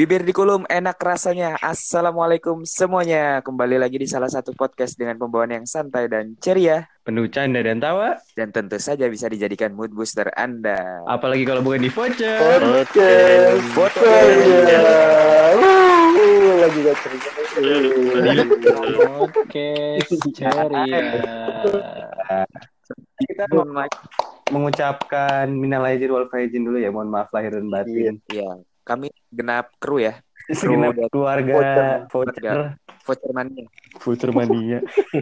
Bibir di kulum enak rasanya. Assalamualaikum semuanya. Kembali lagi di salah satu podcast dengan pembawaan yang santai dan ceria. Penuh canda dan tawa. Dan tentu saja bisa dijadikan mood booster Anda. Apalagi kalau bukan di voucher. Podcast Podcast lagi gak cerita. Podcast ceria. Kita mau mengucapkan minal aidin wal faizin dulu ya. Mohon maaf lahir dan batin. Iya, kami genap kru ya. Segenap keluarga voucher. Voucher mania. Voucher mania.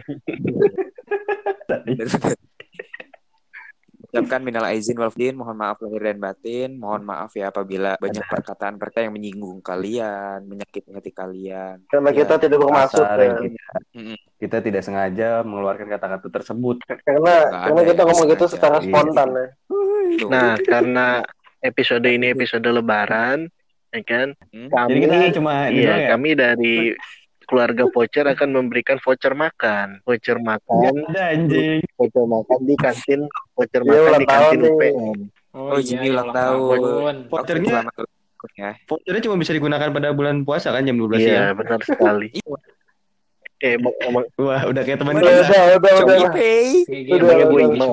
Ucapkan minal aizin wal faizin, mohon maaf lahir dan batin, mohon maaf ya apabila banyak perkataan-perkataan yang menyinggung kalian, menyakiti hati kalian. Karena Ya, kita tidak bermaksud ya. Kita tidak sengaja mengeluarkan kata-kata tersebut. Karena kita ngomong gitu secara spontan ya. Nah, karena episode ini episode Lebaran, ya kan? Jadi kita cuma kami dari keluarga voucher akan memberikan voucher makan. Voucher makan. Ada anjing. Voucher makan di kantin. Voucher Iya, makan ulang di kantin tahun nih. UPN. Oh, Jimmy ulang tahun. Vouchernya cuma bisa digunakan pada bulan puasa kan jam 12 Iya, ya. benar sekali. Wah, udah kayak teman Udah. Shopee Pay. Emangnya gue imam.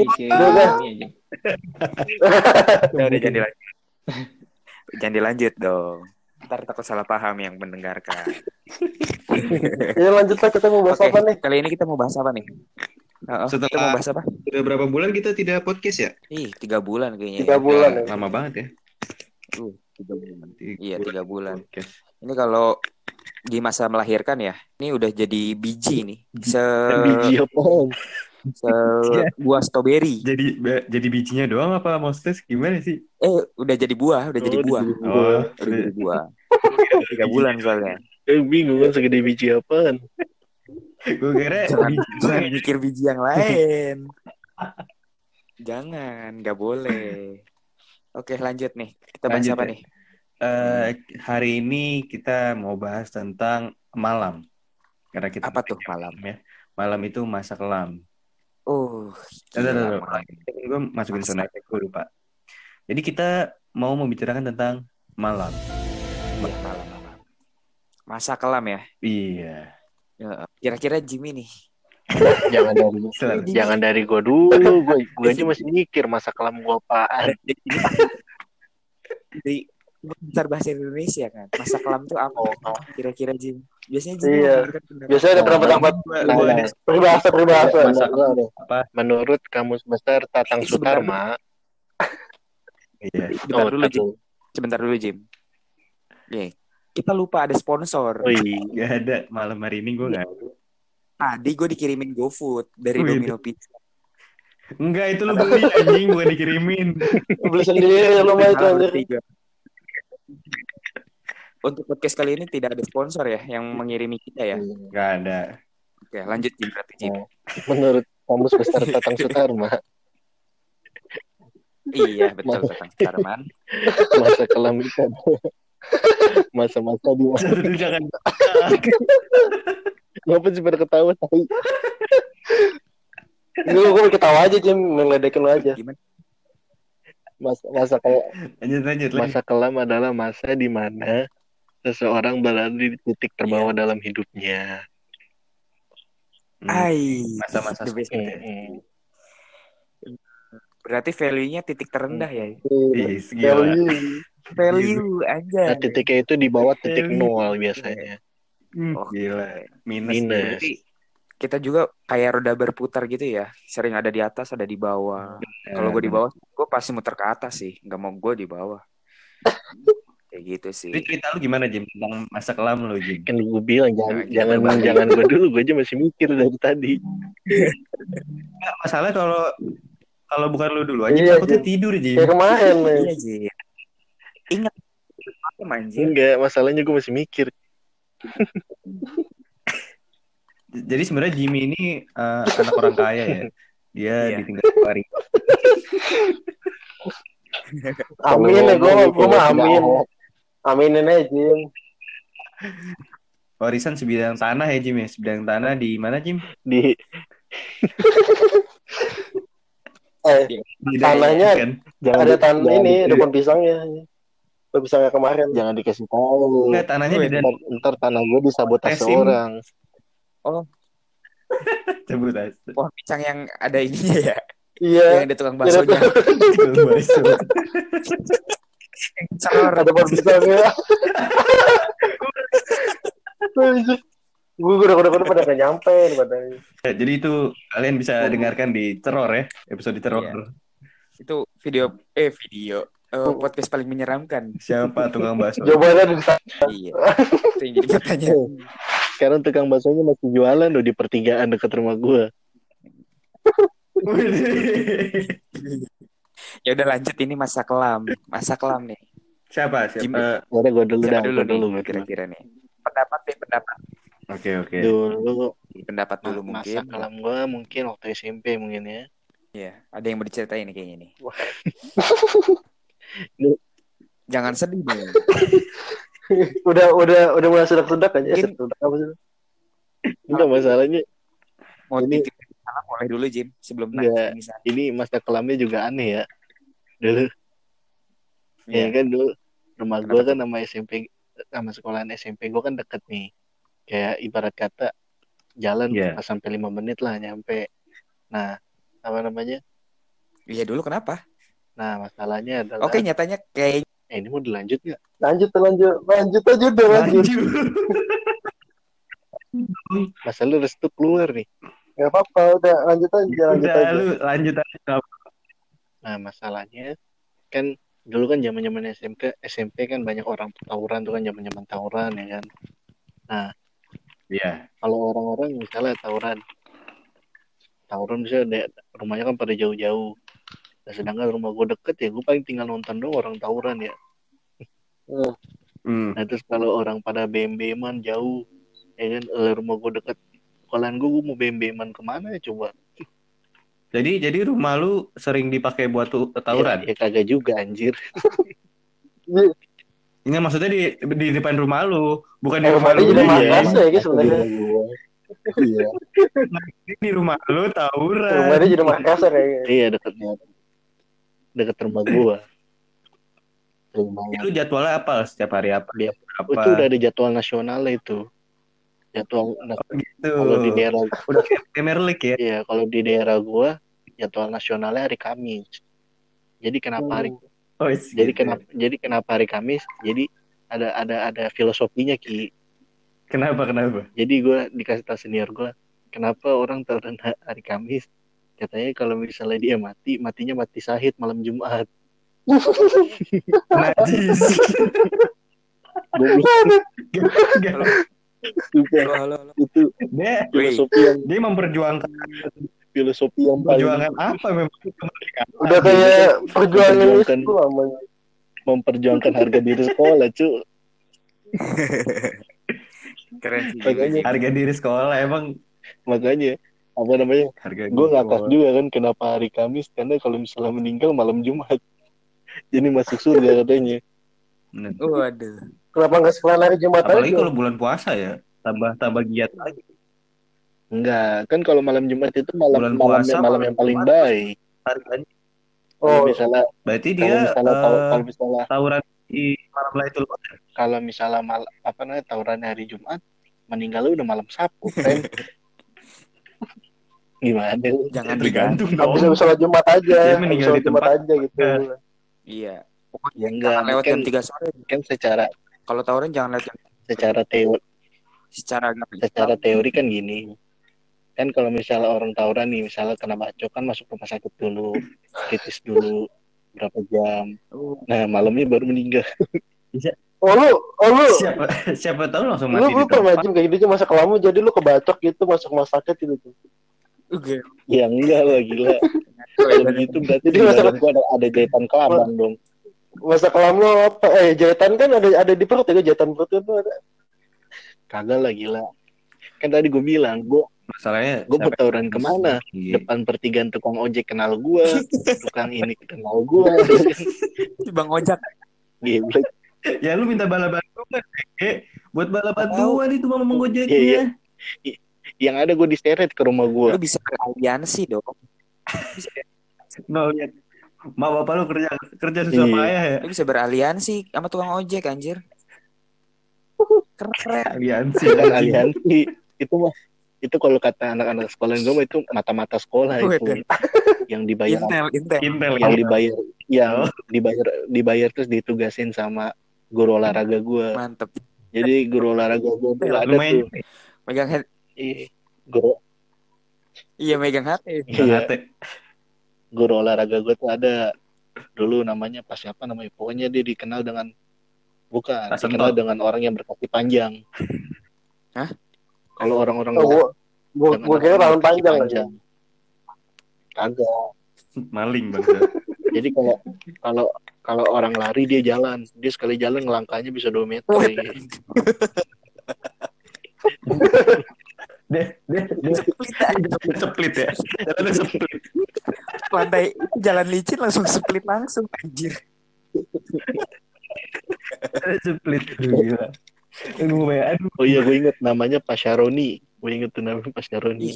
Udah jangan dilanjut dong. Ntar takut salah paham yang mendengarkan. Ya lanjut lah, kita mau bahas apa nih? Kali ini kita mau bahas apa nih? Setelah- Kita mau bahas apa? Udah berapa bulan kita tidak podcast ya? 3 bulan kayaknya. 3 bulan ya. Lama banget ya. 3 bulan. Iya, 3 bulan. Podcast. Ini kalau di masa melahirkan ya, ini udah jadi biji nih. Biji apaan? Buah stroberi. Jadi bijinya doang apa maksudnya gimana sih? Udah jadi buah, udah jadi buah. Oh, Udah jadi buah. 3 bulan soalnya. Bingung kan segede biji apaan? gue kira Jangan mikir biji yang lain. Jangan, nggak boleh. Oke, lanjut nih. Kita bahas Lanjut apa ya. nih? Hari ini kita mau bahas tentang malam. Karena kita Apa tuh malam? ya. Malam itu masa kelam. Gila, malam. Gue masukin sound effect gue lupa. Jadi kita mau membicarakan tentang malam. Iya, malam. Masa kelam ya. Iya. Kira-kira Jimmy nih. Jangan dari gue dulu. Gue aja masih mikir masa kelam gue apaan. Di besar bahasa Indonesia kan. Masa kelam tuh apa? Kira-kira Jim. Biasanya Jimmy Iya. Biasanya ada pendapat peribahasa. Apa? Menurut Kamus Besar Tatang Sutarma. Iya. Sebentar dulu Jim. Nih, kita lupa ada sponsor. Gak ada malam hari ini gue nggak. Tadi gue dikirimin GoFood dari Domino Pizza. Enggak, itu lu beli anjing, bukan dikirimin. Beli sendiri lo mah itu anjir. Bertiga. Untuk podcast kali ini tidak ada sponsor ya yang mengirimi kita ya. Gak ada. Oke, lanjut Jim berarti Jim. Menurut Kamus Besar Tatang Sutarma. Iya, betul tentang Starman. Masa kelam itu adalah masa-masa di mana. Jangan. Ngapa sih pada ketawa tahu? Gue ketawa aja Jim, ngeledekin lo aja. Gimana? Masa kayak Lanjut. masa kelam adalah masa di mana seseorang berada di titik terbawah dalam hidupnya. Masa-masa the best. seperti Berarti value-nya titik terendah ya. gila. Value aja. Nah, titiknya itu di bawah titik nol biasanya. Gila. Minus. Berarti kita juga kayak roda berputar gitu ya. Sering ada di atas, ada di bawah. Kalau gue di bawah, gue pasti muter ke atas sih. Gak mau gue di bawah. Kayak gitu sih. Jadi cerita lu gimana Jim tentang masa kelam lu Jim? Kan gue bilang jangan gue dulu, gue aja masih mikir dari tadi. Nggak, masalah kalau bukan lu dulu aja Iya, takutnya tidur Jim. Kayak kemarin nih. Iya Jim. Ingat anjir. Enggak, masalahnya gue masih mikir. Jadi sebenarnya Jimmy ini anak orang kaya ya. Dia Iya. ditinggal hari. Amin ya, gue mah amin. Aminin aja Jim. Warisan sebidang tanah ya Jim ya. Sebidang tanah di mana Jim? Di Tanahnya kan? ada tanah ini, ada pohon pisangnya. misalnya kemarin. Jangan dikasih tahu. Enggak, tanahnya di Ntar tanah gue disabotase Tesim. orang. Oh, sebut aja. wah pisang yang ada ininya ya. Iya. Yang ada tukang baksonya. Yang ceror. Ada pohon pisangnya. Gue udah pada gak nyampe padahal. Jadi itu kalian bisa dengarkan di Ceror ya, episode Ceror. Iya. Itu video podcast paling menyeramkan. Siapa tukang bakso? Jawabannya di sana. Iya. Itu yang jadi pertanyaan. Sekarang tukang baksonya masih jualan loh di pertigaan dekat rumah gue. Ya udah lanjut, ini masa kelam nih. Siapa? Udah gue dulu Siapa dah. dulu Gue dulu. kira-kira nih. Pendapat. Oke. Dulu Pendapat dulu mungkin. masa kelam gue mungkin waktu SMP mungkin ya. Iya, ada yang mau diceritain nih kayaknya nih. Lu- Jangan sedih dong. udah mulai sedak-sedak aja. Mungkin- Sedak apa sih? Enggak masalahnya Mau Ini- titip salam boleh dulu Jim sebelum Enggak. nangis. ini masa kelamnya juga aneh ya. Dulu ya Iya. kan dulu rumah gue Kenapa kan sama sekolahan SMP gue kan deket nih. Kayak ibarat kata jalan Iya. pas sampai 5 menit lah nyampe. Nah, apa namanya? Iya dulu kenapa? Nah, masalahnya adalah Oke, nyatanya kayak ini mau dilanjut nggak? Lanjut aja udah lanjut. Masa lu restu keluar nih. Gak apa-apa, udah lanjut aja. Udah, lu lanjut aja. Nah, masalahnya kan dulu kan zaman-zaman SMP kan banyak orang tawuran tuh kan zaman-zaman tawuran ya kan. Nah, Iya. kalau orang-orang misalnya tawuran misalnya rumahnya kan pada jauh-jauh. Nah, sedangkan rumah gue deket ya, gue paling tinggal nonton doang orang tawuran ya. Hmm. Nah, terus kalau orang pada BM-BM-an jauh, ya kan, rumah gue deket. Sekolahan gue mau BM-BM-an kemana ya coba? Jadi rumah lu sering dipakai buat tawuran? Ya kagak juga anjir. Enggak, maksudnya di depan rumah lu, bukan di Rumah rumah dia lu. jadi Iya. markas ya guys sebenarnya. Iya. Di rumah lu tawuran. Rumah dia jadi Makassar ya. Iya deket rumah gue. Sering banget. Itu jadwalnya apa? Setiap hari apa? Dia- Apa? Itu udah ada jadwal nasional itu. Jadwal Gitu. kalau di daerah Udah kayak Premier League ya? Iya, kalau di daerah gua jadwal nasionalnya hari Kamis. Jadi kenapa Oh, jadi kenapa hari Kamis? Jadi ada filosofinya Ki. Kenapa? Jadi gua dikasih tahu senior gua, kenapa orang tawuran hari Kamis? Katanya kalau misalnya dia matinya mati syahid malam Jumat. Najis. Gua bilang, halo. itu Dia filosofi yang paling perjuangan apa memang? Udah kayak perjuangan Memperjuangkan- itu namanya. memperjuangkan harga diri sekolah, cu. Keren sih. Makanya Harga diri sekolah emang makanya apa namanya? harga Gue diri ngakak sekolah. juga kan kenapa hari Kamis, karena kalau misalnya meninggal malam Jumat jadi masuk surga katanya. Bener. Waduh. Kenapa nggak sekolah hari Jumat Apalagi aja? kalau bulan puasa ya, tambah giat lagi. Enggak, kan kalau malam Jumat itu malam Bulan puasa, malam yang paling Jumat, baik. Harganya. Kalau Oh, misalnya Berarti kalau dia misalnya kalau misalnya tawuran di malam Lailatul Qadar. kalau misalnya tawurannya hari Jumat, meninggalnya udah malam Sabtu, kan? Gimana lu? Jangan Tergantung habis dong. sholat Jumat aja. Dia Habis meninggal sholat di Jumat tempat. aja gitu. Iya. Ya enggak, Jangan lewat kan, jam 3 sore. kan Kalau tawuran jangan lewat jam secara secara teori kan gini. Kan kalau misalnya orang tawuran nih, misalnya kena bacok kan masuk rumah sakit dulu, kritis dulu berapa jam. Nah, malamnya baru meninggal. Oh lu Siapa tahu langsung lu mati di pernah tempat. Jim kayak gitu masa kelamu jadi lu kebacok gitu masuk rumah sakit gitu. Oke. Ya enggak lah, gila. Kalau begitu berarti Jadi di masalah- dalam gua ada jahitan kelabang dong. Masa kelamu apa? Jahitan kan ada di perut ya, jahitan perut itu ada. Kagak lah, gila. Kan tadi gue bilang, gue Masalahnya mau tawuran kemana? Iya. Depan pertigaan tukang ojek kenal gue, tukang ini kenal gue. Bang Ojak. Gila. Ya lu minta bala bantuan, buat bala Tahu. bantuan itu bang Iya. menggojeknya. Yang ada gue diseret ke rumah gue. Lu bisa beraliansi dong. Mau lihat mak bapak lu kerja susah Iya. payah ya. Lu bisa beraliansi sama tukang ojek anjir. Keren. Aliansi Bukan anjing. aliansi. Itu kalau kata anak-anak sekolah gue mah itu mata-mata sekolah itu yang dibayar Intel. Intel yang ya. dibayar dibayar terus ditugasin sama guru olahraga gue. Mantep. Jadi guru olahraga gue dulu ada Lumayan tuh. Megang head. Guru Iya megang HP. iya, hati. guru olahraga gue tuh ada dulu namanya pas siapa namanya, pokoknya dia dikenal dengan dikenal dengan orang yang berkaki panjang. Hah? Kalau orang-orang Gue kira tangan panjang lagi. Kagak. Maling bangsa. Jadi kalau orang lari dia jalan, dia sekali jalan ngelangkahnya bisa 2 meter. Dia split ya. Jalannya split. Lantai jalan licin langsung split langsung anjir. Split. Gila. Aduh. Oh iya, gue inget namanya Pak Syaroni. Gue inget tuh namanya Pak Syaroni.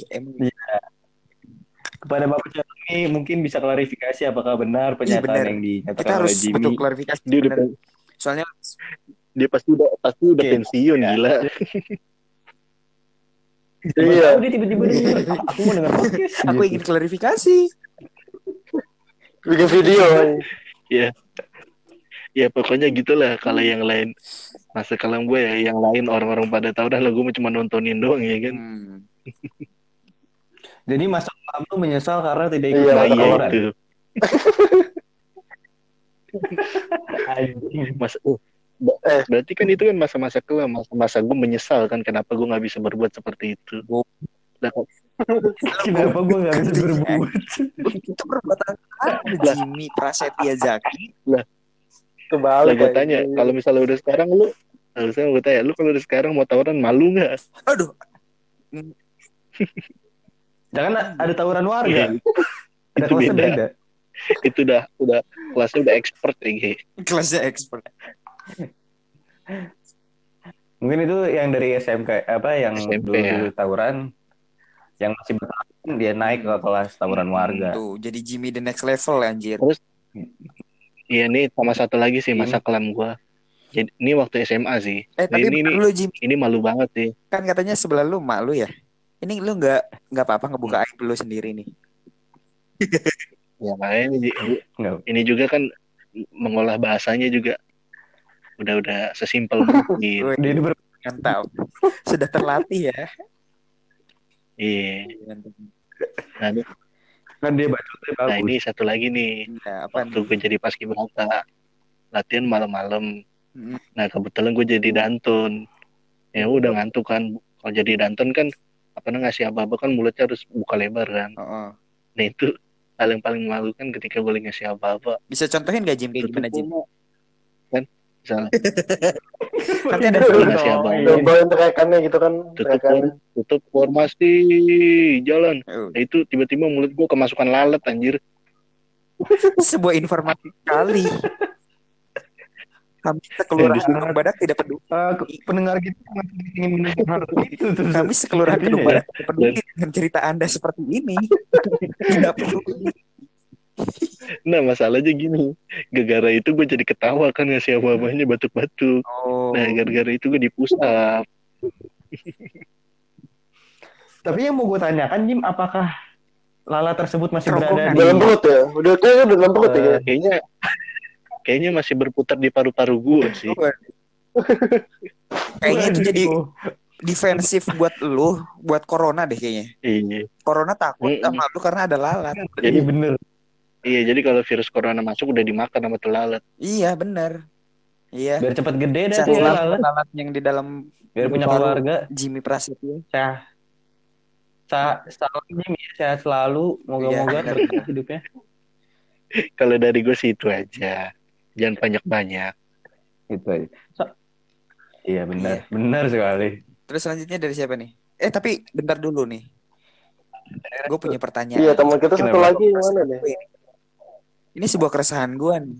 Kepada Bapak Syaroni mungkin bisa klarifikasi apakah benar pernyataan yang Kita dinyatakan oleh harus Jimmy. betul klarifikasi. Dia udah Bener. Soalnya dia pasti udah Oke. pensiun, gila. Iya. Dia tiba-tiba denger, aku mau dengar podcast. aku ingin klarifikasi. Bikin video. Ya pokoknya gitulah. Kalau yang lain masa kelam gue ya, yang lain orang-orang pada tahu dah lah, gue cuma nontonin doang ya kan. Jadi masa kelam lu menyesal karena tidak ikut Iya, Nah, iya tawuran. itu. Anjing. Berarti kan itu kan masa-masa kelam, masa gue menyesal kan kenapa gue nggak bisa berbuat seperti itu. Nah, Kenapa gue nggak bisa berbuat? Itu perbuatan apa Jimmy Prasetya Zaki? Kebalik. gue tanya, kalau misalnya udah sekarang lu, gue tanya, lu kalau udah sekarang mau tawuran malu nggak? Aduh. Jangan ada tawuran warga. Iya. Ada Itu kelasnya beda. beda. Itu udah kelasnya udah expert ya, Ge. Kelasnya expert. Mungkin itu yang dari SMK yang SMP, dulu tawuran, yang masih bertahun dia naik ke kelas tawuran warga. Tuh, jadi Jimmy the next level anjir. Terus iya nih sama satu lagi sih masa kelam gue. Jadi ini waktu SMA sih. Tapi lu Jimmy Ini malu banget sih. kan katanya sebelah lu mak lu ya. Ini lu nggak apa-apa ngebuka aib lu sendiri nih. Ya makanya ini juga kan mengolah bahasanya juga udah sesimpel mungkin. Dia itu Mantap. Sudah terlatih ya. Iya. Nah, kan dia bacotnya bagus. nah ini satu lagi nih. Ya, apa Waktu gue jadi paskibraka, latihan malam-malam. Mm. Nah kebetulan gue jadi dantun. Ya udah ngantuk kan. Kalau jadi dantun kan ngasih apa-apa kan mulutnya harus buka lebar kan. Oh. Nah itu hal yang paling malu kan ketika gue ngasih apa-apa. Bisa contohin gak Jim kayak gimana Jim? Kan misalnya Nanti ada ngasih apa-apa. Contohin teriakannya gitu kan. Tutup formasi jalan. Nah itu tiba-tiba mulut gue kemasukan lalat anjir. Sebuah informasi sekali. Kami sekelurahan Gedung Badak tidak peduli. Pendengar kita ingin mendengar itu. Kami sekelurahan Gedung Badak tidak peduli dengan cerita Anda seperti ini. Tidak peduli. Nah masalahnya gini, gara-gara itu gue jadi ketawa kan ngasih apa-apanya batuk-batuk. Nah gara-gara itu gue dipusap. Tapi yang mau gue tanyakan Jim, apakah lalat tersebut masih berada di dalam perut ya? Udah dalam perut ya? Kayaknya masih berputar di paru-paru gue sih. Kayaknya itu jadi defensif buat lu, buat corona deh kayaknya. Iya. Corona takut sama lu karena ada lalat. Jadi bener. Iya, jadi kalau virus corona masuk udah dimakan sama tuh lalat. Iya, bener. Iya. Biar cepat gede dah tuh lalat yang di dalam biar punya keluarga. Jimmy Prasetya. Salam Jimmy, sehat selalu. Moga-moga berkah hidupnya. Kalau dari gue sih itu aja. Jangan banyak-banyak. Gitu aja. Iya benar, benar sekali. Terus selanjutnya dari siapa nih? Tapi bentar dulu nih. Gue punya pertanyaan. Iya, teman kita satu lagi mana nih? Ini sebuah keresahan gue nih.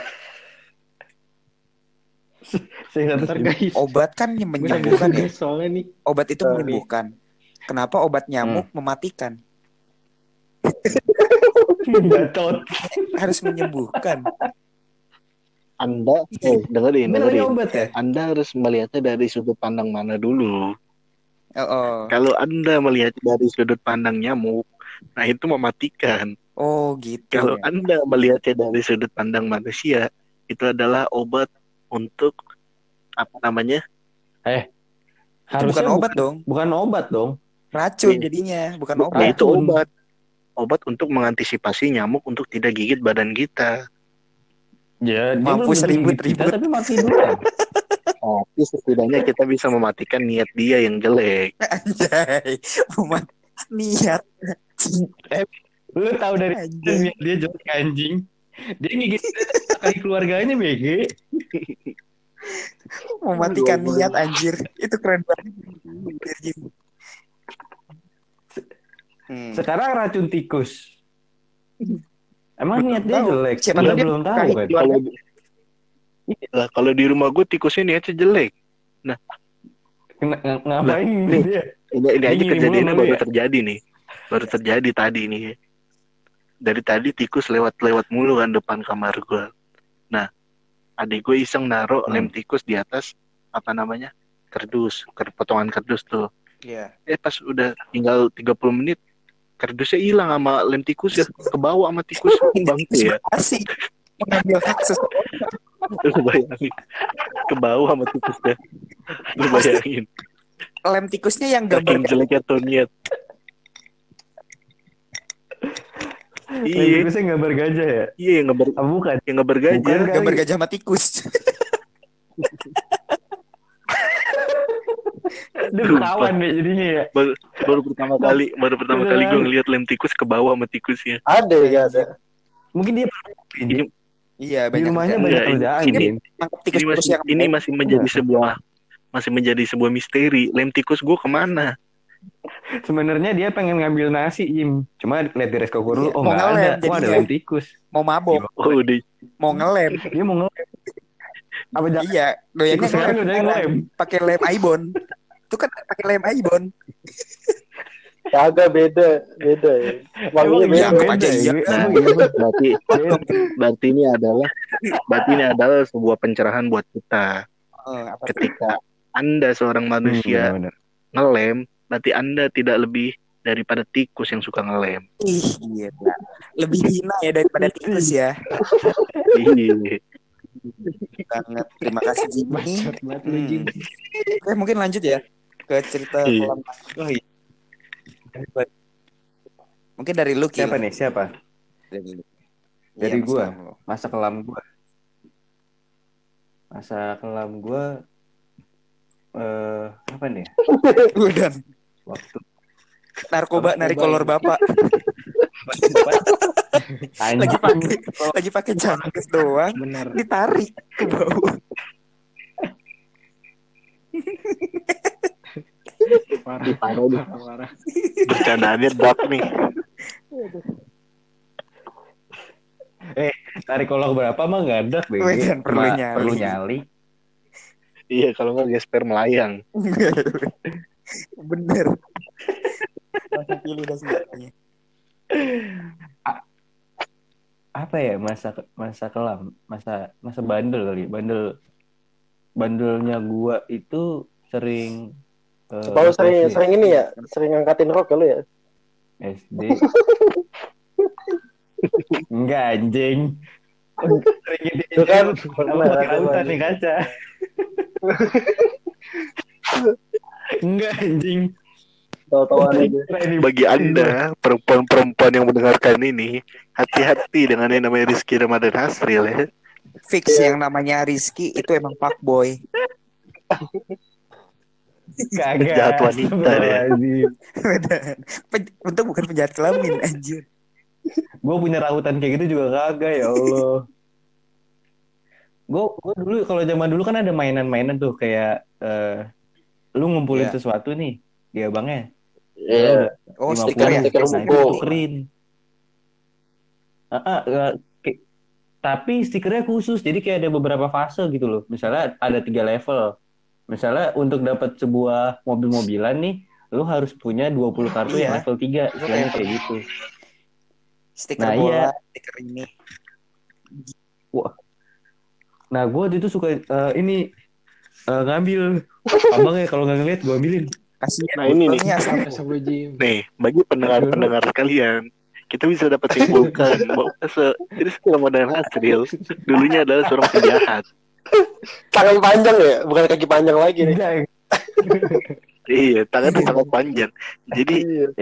Obat kan menyembuhkan ya. Obat itu menyembuhkan. Kenapa obat nyamuk mematikan? Gatot. Harus menyembuhkan. Anda, dengerin. Namanya obat ya? Anda harus melihatnya dari sudut pandang mana dulu. Oh. Kalau Anda melihat dari sudut pandang nyamuk, nah itu mematikan. Oh gitu. Kalau Ya. Anda melihatnya dari sudut pandang manusia, itu adalah obat untuk apa namanya? Itu Harusnya bukan obat dong. Bukan obat dong. Racun Iya. jadinya, bukan Ya obat. itu obat. Obat untuk mengantisipasi nyamuk untuk tidak gigit badan kita. Ya, dia Mampus, belum gigit kita, ribut. tapi mati duluan. Tapi setidaknya kita bisa mematikan niat dia yang jelek. Anjay. Umat niat. Lu tahu dari Anjay. dia jelek anjing. Dia gigit kali keluarganya BG. Mematikan niat anjir. Itu keren banget. Sekarang racun tikus. Emang niat dia tahu. jelek? Siapa Dia tahu dia belum tahu kan? Kalau di rumah gue tikusnya niatnya jelek. Ngapain nih, dia? Ini aja Ngirim kejadiannya mulu baru ya? terjadi nih. Baru terjadi tadi nih. Dari tadi tikus lewat mulu kan depan kamar gue. Nah, adik gue iseng naruh lem tikus di atas apa namanya? Potongan kardus tuh. Iya. Pas udah tinggal 30 menit kardusnya hilang sama lem tikus ya, kebawa sama tikus bangke ya. Asik. Mengambil hak seseorang. Lu bayangin. Kebawa sama tikus dah. Lu bayangin. Lem tikusnya yang gambar Saking jeleknya tuh niat. Iya. Tikusnya gambar gajah ya? Iya yang Bukan. yang gambar gajah. Bukan, gambar gajah sama tikus. Dia kawan nih jadinya ya. Baru pertama kali gue ngeliat lem tikus kebawa sama tikusnya. Ada ya ada. Mungkin dia Iya, di rumahnya banyak kerjaan. Ini masih menjadi sebuah misteri. Lem tikus gue kemana? Sebenarnya dia pengen ngambil nasi, Im. Cuma lihat di resko dulu, Iya, oh mau nggak ngelem ada. Wah, ada jadinya. lem tikus. Mau mabok, Oh udah. mau ngelem. Dia mau ngelem. Apa jangan? Iya, doyannya Tikus sekarang udah ngelem. pakai lem Aibon. Itu kan pakai lem Aibon. Kagak beda ya. Wanginya Emang iya, beda. aja iya. Nah, berarti ini adalah sebuah pencerahan buat kita. Ketika Anda seorang manusia Bener. ngelem, berarti Anda tidak lebih daripada tikus yang suka ngelem. Ih, iya. Lebih hina ya daripada tikus ya. Iya. Banget. Terima kasih Jimmy. Jim. Oke, mungkin lanjut ya ke cerita Iya. kolam. Oh iya. Mungkin dari lu Siapa nih? Siapa? Dari lu. Dari Iya, gua. Mas Lam, lu. Masa kelam gua apa nih? Udah. Waktu Narkoba narik kolor bapak. lagi pakai jangkes doang. Bener. Ditarik ke bawah. Parah. Bercandaannya dark nih. Tarik kolor berapa mah nggak ada, Wedan, perlu nyali. Iya, kalau nggak gesper melayang. Bener. Langsung pilih dah semuanya. Apa ya masa kelam, masa bandel kali. Bandelnya gua itu sering Kalau sering ini ya, sering angkatin rok kalau ya. SD. Enggak anjing. Itu kan Pakai rautan nih kaca. Enggak anjing. tahu-tahuan aja. Bagi Anda perempuan-perempuan yang mendengarkan ini, hati-hati dengan yang namanya Rizky Ramadan Hasril ya. Fix yang namanya Rizky itu emang fuckboy. Kagak. Jahat wanita ya. Untung bukan penjahat kelamin anjir. Gue punya rautan kayak gitu juga kagak, ya Allah. Gue dulu kalau zaman dulu kan ada mainan-mainan tuh kayak lu ngumpulin sesuatu nih di abangnya. Iya. Oh, 50, stiker ya. Stiker nah, buku. itu tukerin. Tapi stikernya khusus, jadi kayak ada beberapa fase gitu loh. Misalnya ada 3 level. Misalnya untuk dapat sebuah mobil-mobilan nih, lu harus punya 20 kartu yang level 3, istilahnya kayak gitu. Stiker Nah, bola, iya. stiker ini. Wah. Nah, gue waktu itu suka ngambil. Abang ya kalau nggak ngeliat gue ambilin. Kasihan Nah, ini nih. botolnya asal. Astagfirullahaladzim. Nih, bagi pendengar-pendengar sekalian, kita bisa dapat simpulkan bahwa Rizky Ramadan Hasril dulunya adalah seorang penjahat. Tangan panjang ya, bukan kaki panjang lagi nih. Enggak. Iya, tangannya sangat panjang. Jadi,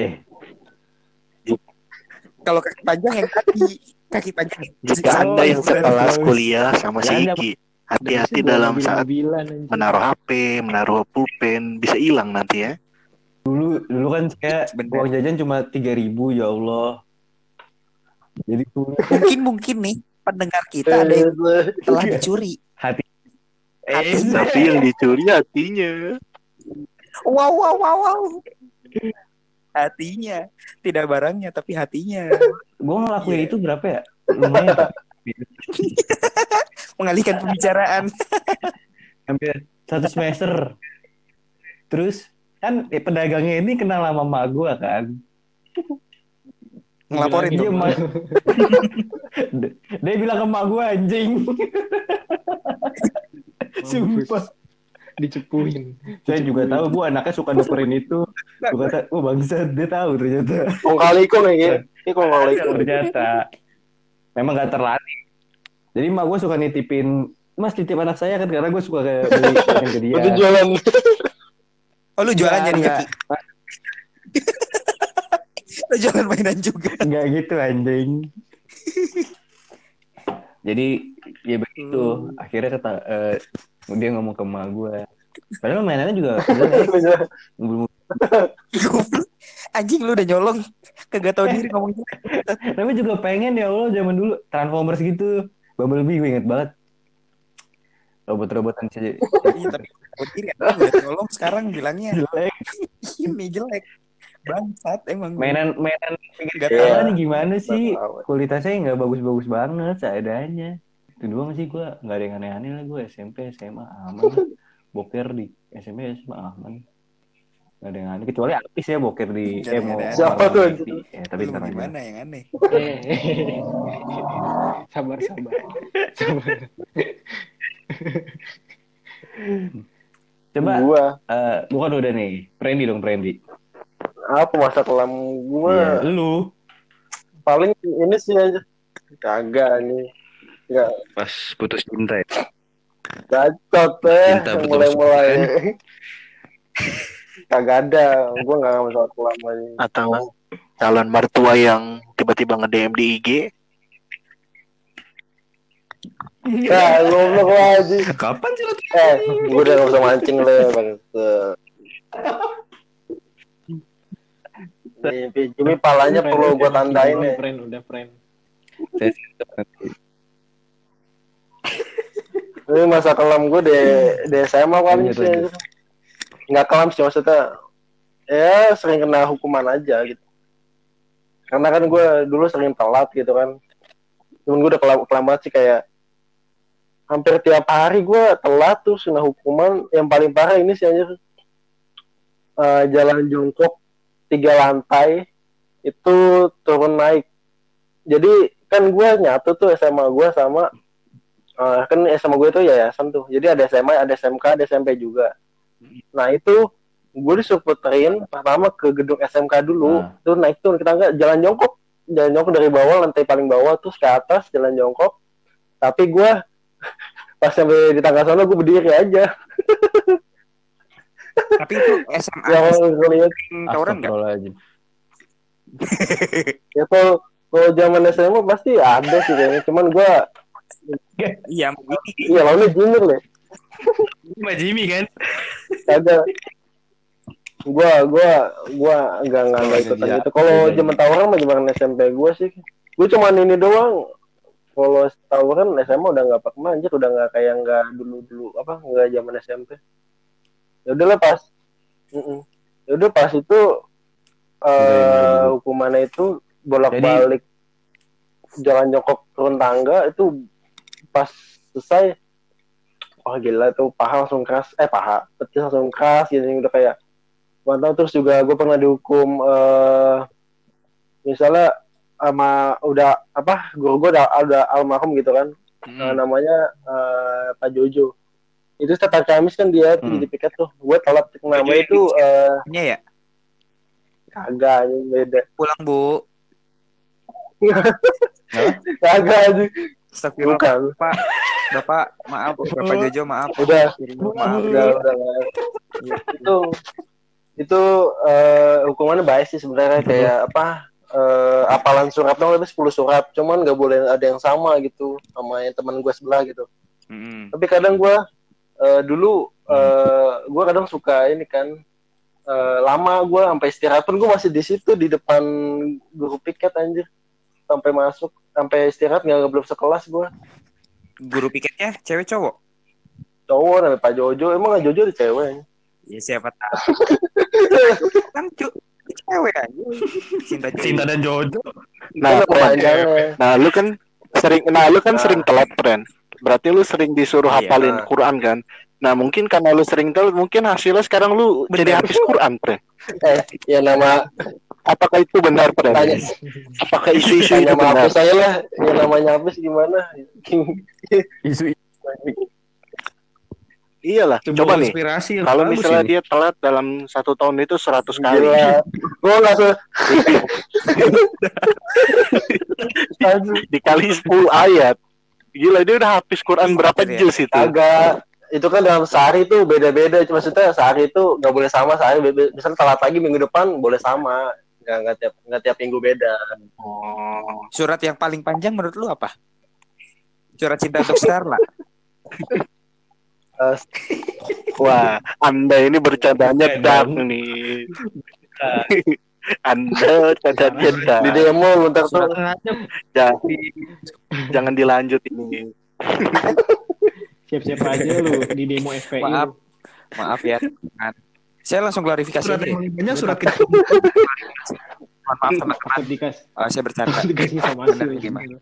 Kalau kaki panjang yang kaki panjang. jika Anda yang sekelas kuliah sama si Iki, hati-hati dalam saat menaruh HP, menaruh pulpen, bisa hilang nanti ya. Dulu kan saya Bener. uang jajan cuma 3.000, ya Allah. Jadi Mungkin nih pendengar kita ada yang telah dicuri. hati. Tapi yang dicuri hatinya. Wow. Hatinya, tidak barangnya tapi hatinya. Gue ngelakuin itu berapa ya? Lumayan. Mengalihkan pembicaraan. Hampir 1 semester. Terus kan pedagangnya ini kenal sama mak gue kan. Ngelaporin Dia, dong. dia bilang ke mak gue, anjing. Sumpah. Dicepuin. Saya juga tahu gue anaknya suka nukerin itu. Gue kata, oh bangsat, dia tahu ternyata. Kong kali kong ya, ini kong kali kong. Ternyata memang gak terlatih. Jadi mak gue suka nitipin, Mas titip anak saya kan, karena gue suka kayak beli ke dia. Itu jualan. Oh lu jualan Enggak, jadinya enggak. Ki? Lu jualan mainan juga. Enggak gitu anjing. Jadi ya begitu. Akhirnya dia ngomong ke emak gue. Padahal mainannya juga Anjing lu udah nyolong. Kagak tahu diri ngomong gitu. tapi juga pengen, ya Allah, zaman dulu Transformers gitu. Bumblebee gue inget banget. Robot-robotan saja. Iya tapi tahu diri udah nyolong sekarang bilangnya Jelek. ini jelek. Bangsat emang. Mainan Nggak tahu tahu. nih gimana sih. Tahu. Kualitasnya nggak bagus-bagus banget seadanya. Itu doang sih, gue nggak ada yang aneh-aneh lah. Gue SMP SMA aman lah. Boker di SMP SMA aman, nggak ada yang aneh kecuali Apis ya, boker di Nggak ada yang mau aneh. Siapa tuh? tapi Lu ntar aja. gimana yang aneh? Sabar. Coba Gua bukan udah nih Prendi apa masa kelam gua iya, lu paling ini sih aja. Kagak nih. Enggak pas putus cinta ya. gacot Cinta yang betul-betul. mulai. Kagak ada. Gua enggak masalah kelam aja. Atau calon mertua yang tiba-tiba nge-DM di IG. Ya, goblok aja. Kapan sih lu? Gua udah enggak usah mancing le, Bang. Ini palanya perlu gua tandain ya. Udah friend. Ini masa kelam gue di SMA paling Lanjut, sih. lanjut. Nggak kelam sih maksudnya. Ya sering kena hukuman aja gitu. Karena kan gue dulu sering telat gitu kan. Cuman gue udah kelam banget sih, kayak hampir tiap hari gue telat tuh kena hukuman. Yang paling parah ini sih anjir. Jalan jongkok 3 lantai itu turun naik. Jadi kan gue nyatu tuh SMA gue sama kan SMA gue itu yayasan tuh. Jadi ada SMA, ada SMK, ada SMP juga. Nah itu gue disuruh puterin pertama ke gedung SMK dulu. Tuh naik tuh kita nggak jalan jongkok dari bawah, lantai paling bawah terus ke atas jalan jongkok. Tapi gue pas sampai di tangga sana gue berdiri aja. Tapi itu SMA Yang gue lihat tawuran nggak? Astagfirullahaladzim. ya kalau zaman SMA pasti ada sih kayaknya. Cuman gue Iya, iya lawannya junior deh. Sama Jimmy kan? Ada. Gua enggak ikutan Iya. gitu. Kalau zaman tawuran mah zaman SMP gua sih. Gua cuman ini doang. Kalau tawuran SMA udah enggak pakai manjat, udah enggak kayak enggak dulu enggak zaman SMP. Ya udahlah pas. Ya udah pas itu hukumannya itu bolak-balik jalan jongkok turun tangga itu pas selesai. Wah gila tuh paha langsung keras, petis langsung keras gitu, udah kayak mantap. Terus juga gue pernah dihukum misalnya sama udah apa guru gue udah almarhum gitu kan. Namanya Pak Jojo. Itu setiap Kamis kan dia jadi piket tuh. Gue telat namanya itu ya kagak beda. pulang Bu. Kagak aja. Astagfirullah. Bapak maaf, Bapak Jojo maaf. Udah. Maaf. Itu hukumannya baik sih sebenarnya kayak apa apalan surat dong lebih 10 surat, cuman nggak boleh ada yang sama gitu sama yang teman gue sebelah gitu. Tapi kadang gue dulu gue kadang suka ini kan lama gue sampai istirahat pun gue masih di situ di depan guru piket anjir sampai masuk sampai istirahat nggak belum sekelas gue. Guru piketnya cewek cowok? Cowok namanya Pak Jojo. Emang nggak Jojo di cewek? Ya siapa tahu. Kan cewek aja. Cinta dan Jojo. Nah, lu kan sering telat, Pren. Berarti lu sering disuruh hafalin Quran kan? Nah, mungkin karena lu sering telat, mungkin hasilnya sekarang lu jadi habis Quran, Pren. Ya nama apakah itu benar, Pren? Apakah isu-isu itu benar? Saya lah, yang namanya habis gimana? Isu. Iyalah, coba nih. Kalau misalnya dia telat dalam 1 tahun itu 100 kali. Gue langsung dikali 10 ayat. Gila, dia udah habis Quran berapa juz itu? Agak. Itu kan dalam sehari itu beda-beda. Maksudnya sehari itu nggak boleh sama. Sehari misalnya telat lagi minggu depan boleh sama. Nggak tiap minggu beda. Oh. Surat yang paling panjang menurut lu apa? Surat cinta untuk Starla. Wah, Anda ini bercandanya dark nih. Anda canda-canda. Di demo bentar tuh. Jangan dilanjut ini. Siap-siap aja lu di demo FPI. Maaf ya. Saya langsung klarifikasi aja. Banyak surat kecil. Maaf teman-teman. Saya bercanda. Benar gimana?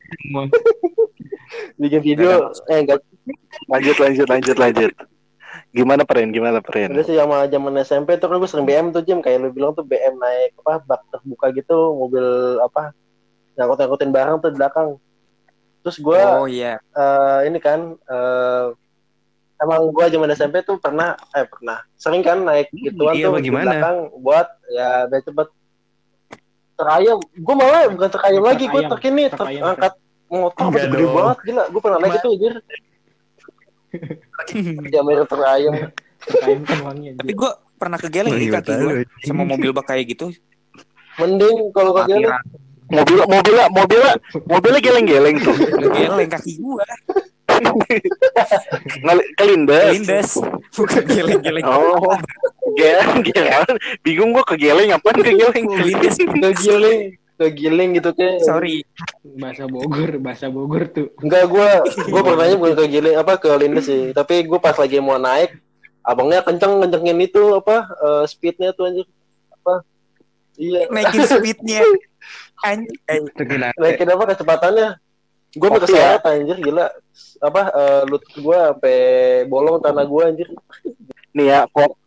Bikin video enggak. Lanjut. Gimana Pren? Udah sih zaman SMP tuh kan gue sering BM tuh Jim, kayak lu bilang tuh BM naik apa bak terbuka gitu, mobil apa ngangkut-ngangkutin barang tuh di belakang. Terus gue ini kan emang gue zaman SMP tuh pernah sering kan naik gituan tuh di belakang buat ya biar cepet terayam. Gue malah bukan terayam lagi, gue terangkat motor gede banget, gila. Gue pernah naik itu anjir. Ya mirip terayam. Tapi gue pernah kegeleng di kaki gue sama mobil bak kayak gitu. Mending kalau kegeleng. Mobilnya geleng-geleng tuh. Geleng kaki gue. Kelindes. Bukan geleng-geleng. Oh, geleng. Bingung gue kegeleng apaan kegeleng. Kelindes. Kegiling gitu kayak. Sorry. Bahasa Bogor tuh. Enggak, gue pernahnya bukan kegiling ke lindes sih. Tapi gue pas lagi mau naik, abangnya kencengin itu speednya tuh anjir. Iya. Naikin speednya. Naikin kecepatannya. Gue mau kesalahan anjir, gila. Lutut gue sampai bolong tanah gue anjir. Nih ya,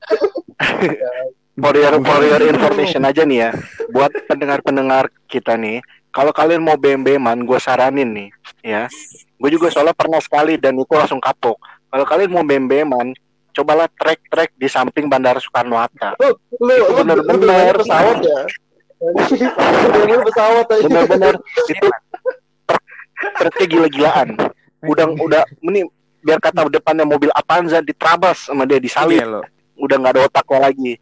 For your information aja nih ya, buat pendengar kita nih, kalau kalian mau BM-BM-an, gue saranin nih, ya, gue juga soalnya pernah sekali dan itu langsung kapok. Kalau kalian mau BM-BM-an, cobalah trek di samping Bandara Soekarno-Hatta. Lu bener-bener pesawat ya? Bener-bener pesawat aja. Bener-bener itu treknya gila-gilaan. Udah, ini biar kata depannya mobil Avanza diterabas sama dia disalip. Udah nggak ada otaknya lagi.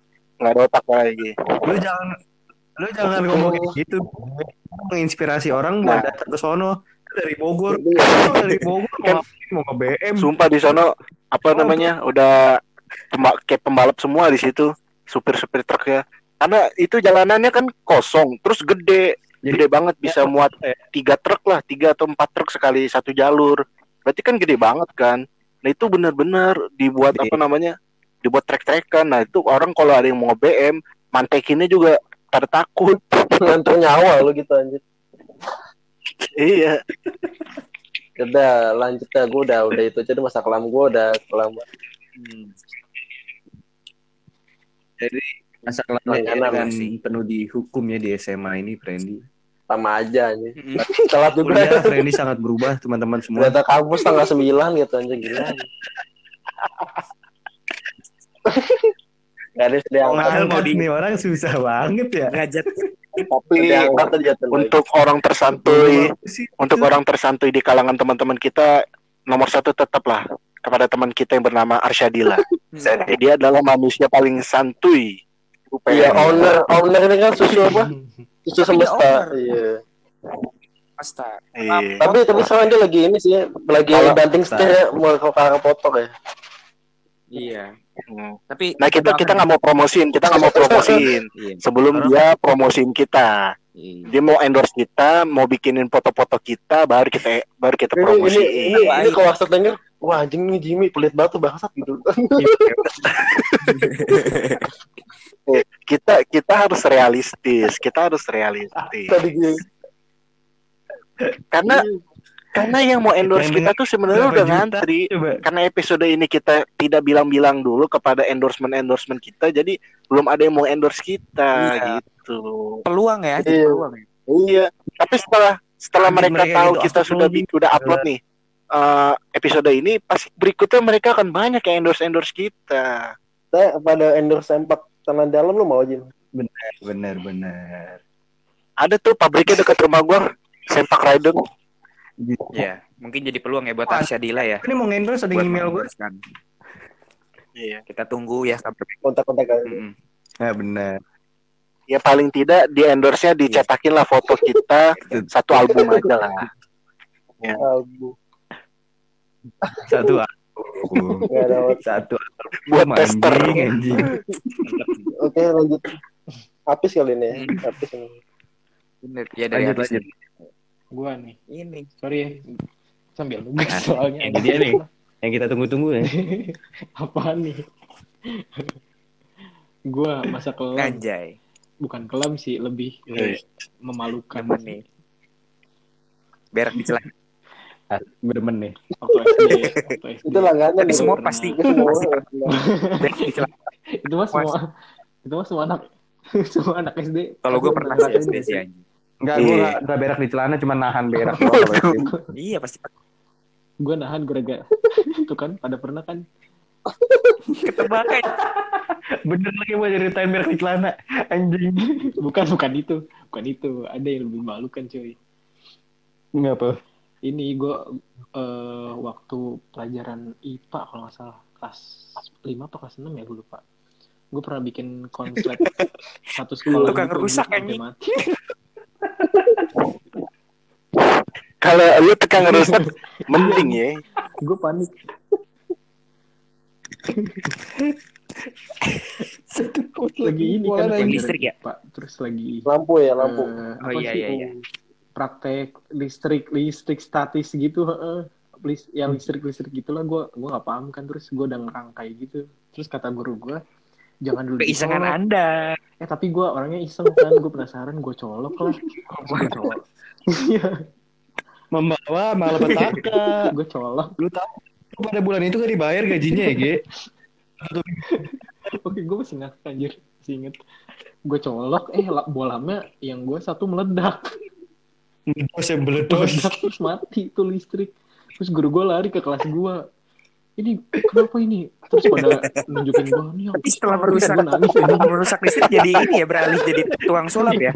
Lu jangan ngomong gitu. Menginspirasi orang buat datang ke sono dari Bogor. Mau ke BM. Sumpah di sono udah kayak pembalap semua di situ, supir-supir truknya. Karena itu jalanannya kan kosong, terus gede banget, bisa muat 3 truk lah, 3 atau 4 truk sekali satu jalur. Berarti kan gede banget kan. Nah itu benar-benar dibuat dibuat trek-trekan. Nah itu orang kalau ada yang mau BM, mantekinnya juga pada takut. Ngantung nyawa lu gitu anjir. Iya. Udah lanjut dah, gue udah itu aja masa kelam gue udah kelam. Jadi masa kelam kan penuh dihukumnya di SMA ini, Prendy. Sama aja nih. Mm-mm. Telat juga. Kuliah Randy sangat berubah teman-teman semua. Ternyata kampus tanggal 9 gitu anjing gila. Gak ada sedih Mau angkat. ngangkat nih orang susah banget ya. Ngajak Tapi Sedih angkat aja tuh. untuk orang tersantuy di kalangan teman-teman kita, nomor satu tetaplah kepada teman kita yang bernama Arsyadila. Dia adalah manusia paling santuy. Iya, owner ini kan susu apa? Susu semesta. Iya. pasta. Iya. Tapi sekarang dia lagi ini sih, lagi banting setir ya, mau ke arah potong ya. Iya. Hmm. Tapi Nah kita nggak mau promosiin, Iya. sebelum dia promosiin kita. Iya. Dia mau endorse kita, mau bikinin foto-foto kita, baru kita promosiin. Ini kalau Asad denger, wah anjing nih Jimmy pelit batu bangsat gitu. kita harus realistis. Tadi gue. Karena yang mau endorse Yang kita tuh sebenarnya berapa udah juta? ngantri. Coba. Karena episode ini kita tidak bilang-bilang dulu kepada endorsement kita, jadi belum ada yang mau endorse kita Iya. gitu. Peluang ya, Iya. peluang ya. Iya. Tapi setelah Anjing, mereka mereka tahu gitu, kita sudah astagfirullah. upload nih episode ini, pasti berikutnya mereka akan banyak yang endorse kita. Saya pada endorse sempak tanah dalam lu mau Jim? Bener. Ada tuh pabriknya dekat rumah gua, Sempak Rider. Iya, mungkin jadi peluang ya buat Arsyadila ya. Ini mau ngendorse ada Buat yang email gue. mengendorsekan. Iya. Kita tunggu ya kabar. Kontak-kontak aja. Mm-mm. Nah bener. Ya paling tidak di endorse-nya dicetakin lah foto kita satu album aja lah. Albu. Satu album. Nggak ada waktu. Satu Buat album, tester. anjing. Oke lanjut. Habis kali ini ya. Habis ini. Bener. Ya dari Lanjut. habis Gua nih. ini. Sorry ya. Sambil nunggu soalnya. Ini dia nih. Yang kita tunggu-tunggu ya. Apaan nih? Gua masa kelam. Anjay. Bukan kelam sih, lebih memalukan. Demen nih. Berak di celana. Berdemen nih. Waktu SD. Itu langganan. Tapi nih. semua pernah. pasti Itu semua. berak di celana. Itu mah semua anak semua anak SD. Kalau gue pernah sih SD sih anjing. Enggak, gue enggak berak di celana, cuma nahan berak doang. kalau SD. Iya pasti Gue nahan gara-gara itu kan pada pernah kan. ketebakan. Bener lagi mau ceritain berak di celana. Anjing. Bukan itu. Ada yang lebih memalukan cuy. Enggak apa. Ini gue waktu pelajaran IPA kalau nggak salah kelas 5 atau kelas 6 ya gue lupa. Gue pernah bikin konslet satu sekolah. Tukang gitu, rusak, sampai anjing. mati. Kalau lu tukang rusak, mending ya. Gue panik. Lagi ini kan yang pelajaran listrik ya? IPA, terus lagi Lampu ya lampu. Oh iya. Praktek listrik statis gitu, yang listrik gitulah gue nggak paham kan, terus gue udah ngerangkai gitu, terus kata guru gue jangan dulu Keisengan dicolok. Anda. Tapi gue orangnya iseng kan, gue penasaran, gue colok lah. Gue colok. Membawa malapetaka. Gue colok. Lu tahu pada bulan itu gak dibayar gajinya ya, Ge? Oke, gue masih ingat anjir, masih inget. Gue colok, bolamnya yang gue satu meledak. Meledos. Terus mati tuh listrik. Terus guru gue lari ke kelas gue. Ini kenapa ini? Terus pada nunjukin gue nih. Tapi setelah merusak listrik jadi ini ya, beralih jadi tukang sulap ya.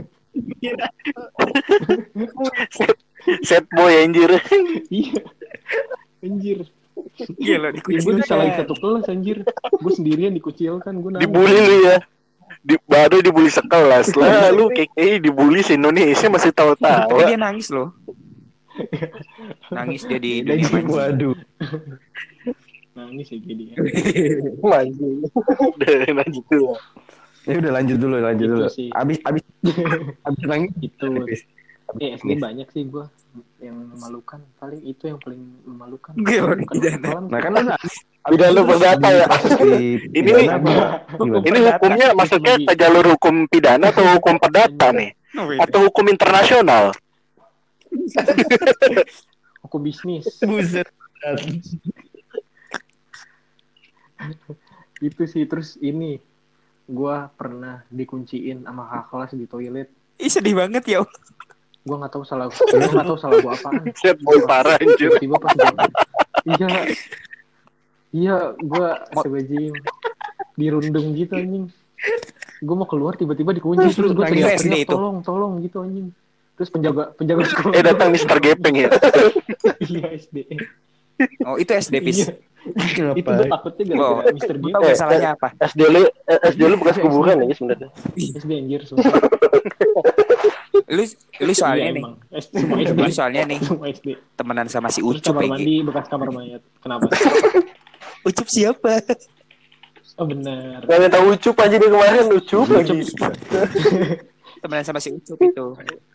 Set boy anjir. Iya. Anjir. Iya loh, Gue dikucilkan. disalahin satu kelas anjir. Gue sendirian dikucilkan, gue nangis. Dibully lu ya. Baru dibully sekelas lah. Lu kayak dibully se-Indonesia masih Tapi tahu-tahu. dia nangis loh. Nangis dia di dunia mancing. Waduh. Nangis ya jadi. Anjing. Lanjut dulu. Ya udah lanjut dulu. Itu sih. Abis nangis. Itu. SD banyak sih gue yang memalukan. Paling itu yang paling memalukan. Gila, Bukan pidana. kelam. Nah kan lu Bidang lu perdata ya. Ini hukumnya maksudnya jalur hukum pidana atau hukum perdata nih? Atau hukum internasional? Aku bisnis. Buset. Itu sih. Terus ini gue pernah dikunciin sama kakak kelas di toilet. Ih sedih banget ya. Gue nggak tahu salah gue apaan. Set boy parah anjir. Tiba-tiba pas gue iya gue sebajim dirundung gitu anjing. Gue mau keluar tiba-tiba dikunci terus gue teriak tolong gitu anjing. Terus penjaga sekolah Datang Mister Gepeng ya. iya SD. Oh itu SD pis. Itu gue takutnya gara-gara Mister G. Tahu masalahnya apa? SD lu bekas kuburan ya sebenarnya. SD anjir sumpah. Lu soalnya nih. Semua SD. Lu soalnya nih Semua SD. temenan sama si Terus Ucup kamar ya. mandi bekas kamar mayat. Kenapa? Ucup siapa? Oh benar. Gak tahu Ucup aja dia kemarin Ucup lagi. Temenan sama si Ucup itu.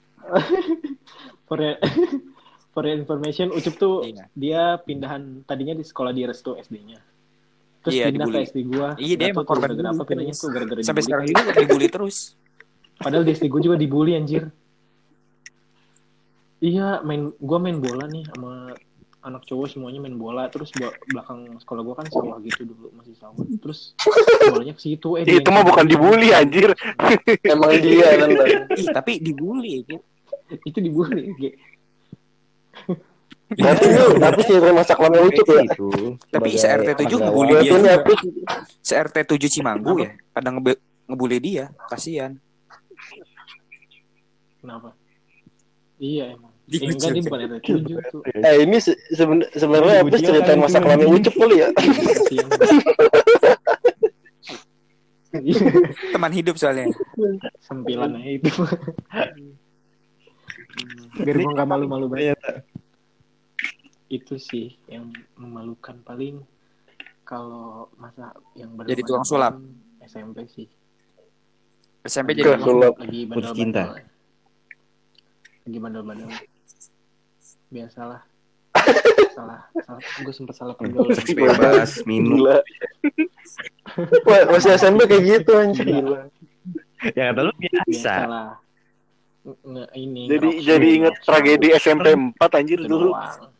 For your information, Ucup tuh Iya. dia pindahan tadinya di sekolah di Restu SD-nya. Terus Iya, pindah dibully. ke SD gua. Iya dia emang korban gara-gara apa pindahnya tuh gara-gara sampai dibully. sekarang juga dibully terus. Padahal di SD gua juga dibully anjir. Iya, gua main bola nih sama anak cowok semuanya main bola. Terus belakang sekolah gua kan sawah gitu dulu, masih sawah. Terus bolanya ke situ. Itu mah bukan dibully anjir. Emang dia kan. Ih, tapi dibully gitu. Itu dibully. Tapi sih masa kelamnya Ucup ya. Tapi se-RT 7 ngebully dia Berarti juga. aku Se-RT 7 Cimanggu ya. Pada ngebully dia, kasihan. Kenapa? Iya emang. Dikucil. Enggak dia bukan RT 7 tuh. ini sebenarnya apa ceritain masa kelamnya Ucup kali ya. Kasihan. Teman hidup soalnya. Sempilan aja itu. Biar gue gak malu-malu banget. Itu sih yang memalukan paling kalau masa yang benar Jadi tukang sulap. SMP sih. SMP Tukang jadi sulap. Lagi Putus cinta. bandel-bandel. Lagi bandel-bandel. Biasalah. salah. Gue sempat salah pergaulan. Bebas minum. Gila. Wah, masih SMP kayak gitu anjir. Gila. Ya kata lu biasa. Biasalah. Ini Jadi inget tragedi SMP 4 anjir dulu.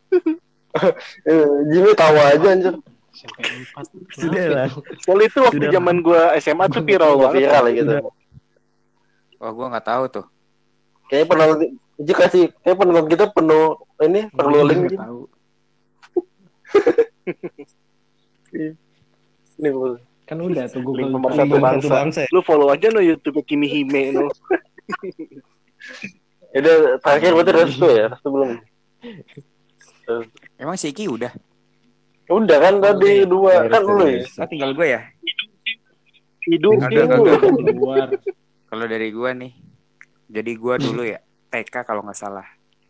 Jimmy tawa aja anjir. SMP 4. Sudah lah. Kalau itu waktu Sudah. zaman gua SMA tuh viral banget. Viral gitu. oh gue nggak tahu tuh. Kayaknya penonton kayak penonton kita penuh ini perlu link gitu. Tahu. Ini Bu. Kan udah tuh Google. Link pemersatu bangsa. Lu follow aja no YouTube Kimi Hime no. Udah terakhir berarti Restu ya? Restu belum. Emang si Iki udah. Udah kan tadi dua kan lu ya. Oh, tinggal gue ya. Hidup Agak. Keluar. Kalau dari gue nih. Jadi gue dulu ya TK kalau nggak salah.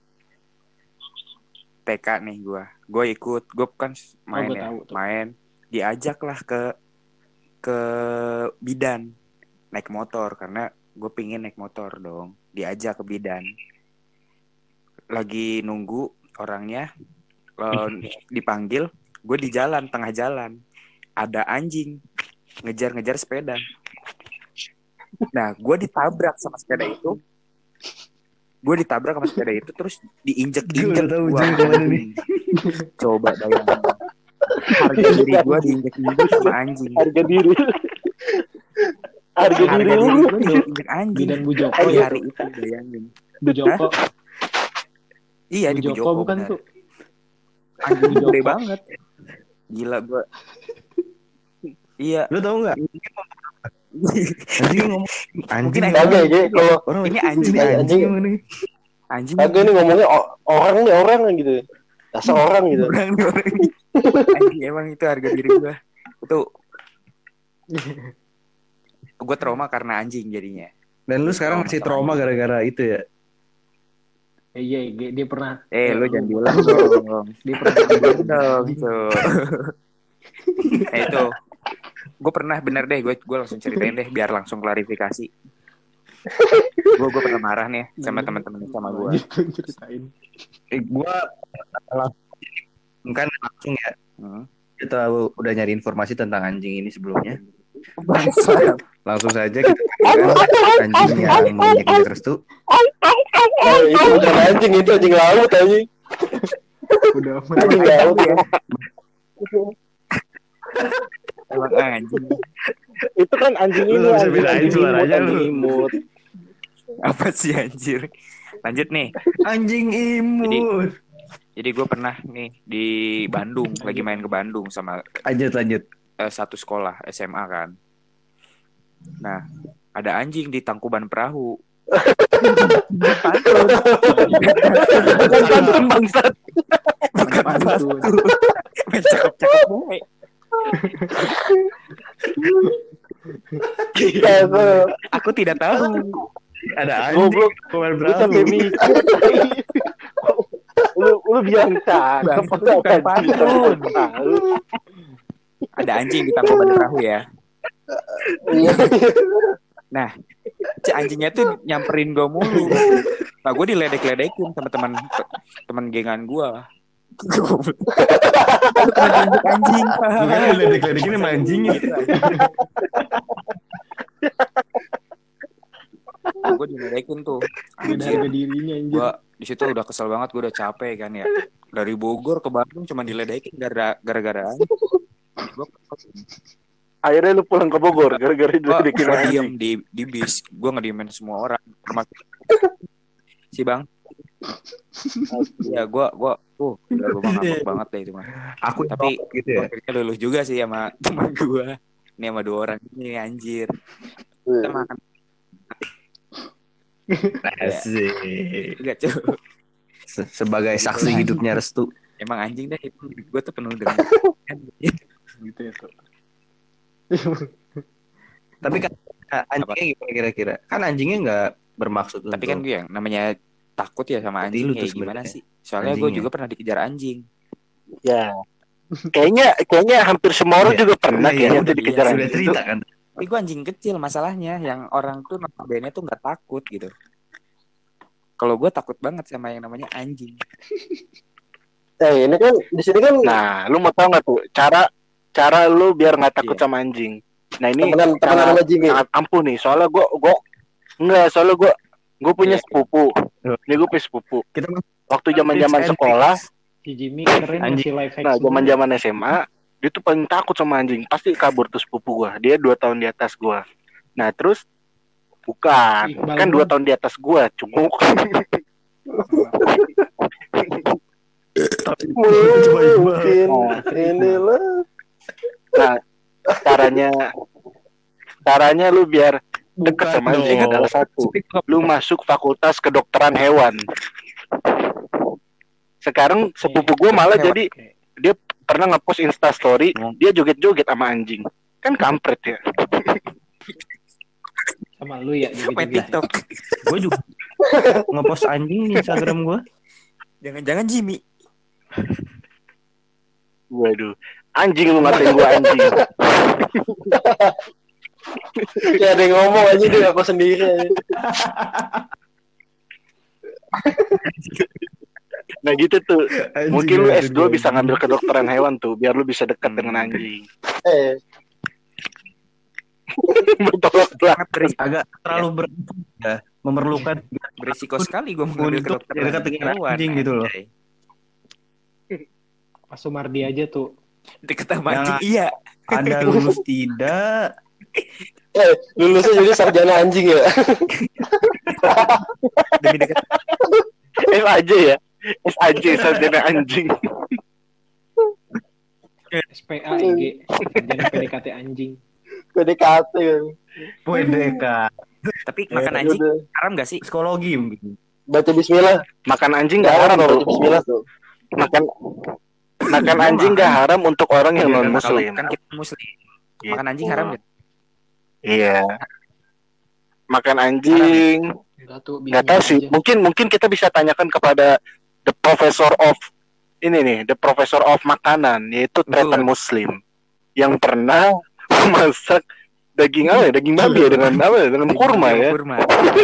TK nih gue ikut, gue kan main gua ya, tahu tuh. main, diajak lah ke bidan naik motor karena gue pingin naik motor dong, diajak ke bidan. Lagi nunggu orangnya dipanggil, gue di jalan tengah jalan ada anjing ngejar sepeda. Nah gue ditabrak sama sepeda itu. Terus diinjek-injek gua. Coba bayangin. Harga diri gua diinjek-injek sama anjing. Harga diri lu Gua diinjek anjing. Bidan Bu Joko Di ya. hari itu bayangin. Bu Joko. Iya di Bu Bu Joko Joko bukan bener. tuh. Anjing gede banget. Gila gua. Iya. Lu tahu nggak? Anjing ngomong Mungkin anjing. kagak ya kalau Orang ini anjing kagak nih ngomongnya orang gitu. Dasar orang gitu. Orang. Anjing emang itu harga diri gua. Itu gua trauma karena anjing jadinya. Dan lu sekarang masih trauma gara-gara itu ya? Iya, dia pernah. Lu jangan bilang dong. Dia pernah dong tuh. Itu gue pernah bener deh, gue langsung ceritain deh biar langsung klarifikasi. Gue pernah marah nih sama teman-teman sama gue. Ceritain. Gue kan langsung ya. Kita udah nyari informasi tentang anjing ini sebelumnya. Langsung saja kita anjing yang menginjak Restu. Itu bukan anjing, itu anjing laut anjing. Udah Anjing laut ya. Emang anjing. Itu kan anjing Lu ini bisa bedain suaranya lu. anjing imut. Apa sih anjir? Lanjut nih. Anjing imut. Jadi gue pernah nih di Bandung, lagi main ke Bandung sama Lanjut. satu sekolah SMA kan. Nah, ada anjing di Tangkuban Perahu. Bukan pantun bangsat. Bukan Pantun. cakep-cakep gue. Aku tidak tahu. Ada anjing. Goblok. Kuman Lu sampai mikir. Lu bilang cakep. Bukan pantun. Ada anjing di Tangkuban Perahu ya. Iya. Nah, si anjingnya tuh nyamperin gue mulu. Nah, gue diledek-ledekin sama teman gengan gue. Lu kena diinjek anjing. Bukan ledek-ledekin sama anjingnya. Gue diledekin tuh. Ada harga dirinya anjir. Gue di situ udah kesel banget, gue udah capek kan ya. Dari Bogor ke Bandung cuma diledekin gara-gara anjing. Akhirnya lu pulang ke Bogor gara-gara diledekin Gue anjing. diem di bis. Gue ngediemin semua orang, termasuk si Bang. Ya gue udah ngambek banget deh itu mah. Aku Tapi gitu ya. akhirnya luluh juga sih sama teman gue. Ini sama 2 orang ini anjir. Kita makan Asik. juga cuy. Sebagai saksi hidupnya Restu. Emang anjing deh, gue tuh penuh dengan Gitu ya tuh. Tapi kan anjingnya gimana kira-kira? Kan anjingnya nggak bermaksud Tapi kan gue yang namanya takut ya sama Berarti anjing lu ya tuh gimana sebenarnya. sih? Soalnya gue Anjingnya. juga pernah dikejar anjing. Ya. Kayaknya hampir semua orang Iya. juga pernah Iya, kayaknya iya. tuh dikejar sudah anjing. cerita kan. Tapi gue anjing kecil masalahnya, yang orang tuh notabene tuh nggak takut gitu. Kalau gue takut banget sama yang namanya anjing. Ini kan di sini kan. Nah, lu mau tahu nggak tuh cara lu biar nggak takut Iya. sama anjing? Nah ini Temenan sama Jimmy. sangat ampuh nih. Soalnya gue punya sepupu. Ini gue punya sepupu. Kita Waktu zaman sekolah, Si Jimmy keren Anjing. masih life hack nah semua. zaman SMA, dia tuh paling takut sama anjing. Pasti kabur tuh sepupu gue. Dia 2 tahun di atas gue. Nah terus bukan, Iqbal kan 2 dong. tahun di atas gue, cunguk. Mungkin inilah. Nah, caranya lu biar deket Bukan sama anjing dong. adalah satu. Lu masuk fakultas kedokteran hewan. Sekarang sepupu gue malah jadi dia pernah ngepost Instastory, dia joget-joget sama anjing. Kan kampret ya. Sama lu ya Main juga. TikTok. Gue juga ngepost anjing di Instagram gue. Jangan-jangan Jimmy. Waduh, anjing lu ngatain gue anjing. Kayak ada yang ngomong aja dia aku sendiri aja. Nah gitu tuh. Anjing, Mungkin lu anjing, S2 bisa anjing. ngambil kedokteran hewan tuh, biar lu bisa dekat dengan anjing. Bertolak belakang. Sangat Agak terlalu ya, memerlukan berisiko sekali gue mengambil Untuk kedokteran dekat dengan hewan, anjing gitu loh. anjay. Pak Sumardi aja tuh. Deket sama Yang anjing iya. ada lulus tidak. Lulusnya jadi sarjana anjing ya. Demi dekat. S aja ya. S aja sarjana anjing. SPA IG. Jangan PDKT anjing. PDKT kan. PDK Tapi makan anjing haram gak sih? psikologi mungkin. Baca bismillah. Makan anjing Nggak gak haram baca tuh. bismillah tuh. Makan anjing gak haram untuk orang yang Iya, non Kalau muslim. kan kita muslim. Gitu. Makan anjing haram gak? Iya. Makan anjing. Enggak tuh. Nggak tahu sih. Mungkin kita bisa tanyakan kepada the professor of makanan, yaitu Tretan Muslim yang pernah masak daging apa ya? Daging babi ya dengan apa ya? Dengan kurma ya. Kurma.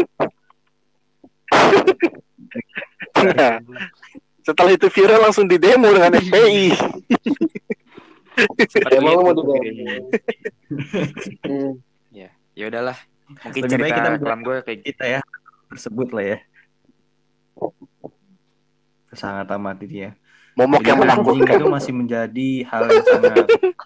Nah, setelah itu viral langsung didemo dengan FPI. Emang lu mau di Ya udahlah. Mungkin Lebih baik cerita kita kelam gue kayak gitu. Kita ya tersebut lah ya. Sangat amat ini ya. Momok yang Jadi anjing menakutkan. itu masih menjadi hal yang sangat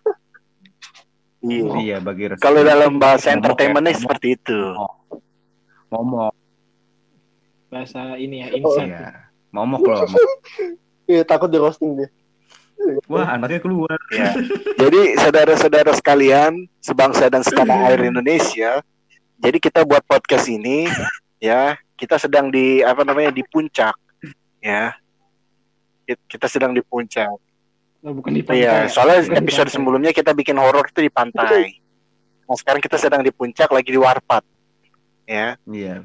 Iya. iya bagi Restu. Kalau dalam bahasa Momok entertainmentnya ya, seperti itu. momok. bahasa ini ya, Oh, insight. Iya. Momok loh. iya, takut di roasting dia. Wah, anaknya keluar. Ya. Jadi saudara-saudara sekalian, sebangsa dan setanah air Indonesia, jadi kita buat podcast ini, ya, kita sedang di di puncak, ya. Kita sedang di puncak. Oh, bukan di pantai. Iya, ya? soalnya Bukan di episode pantai. sebelumnya kita bikin horor itu di pantai. Nah, sekarang kita sedang di puncak lagi di Warpat, ya. Iya.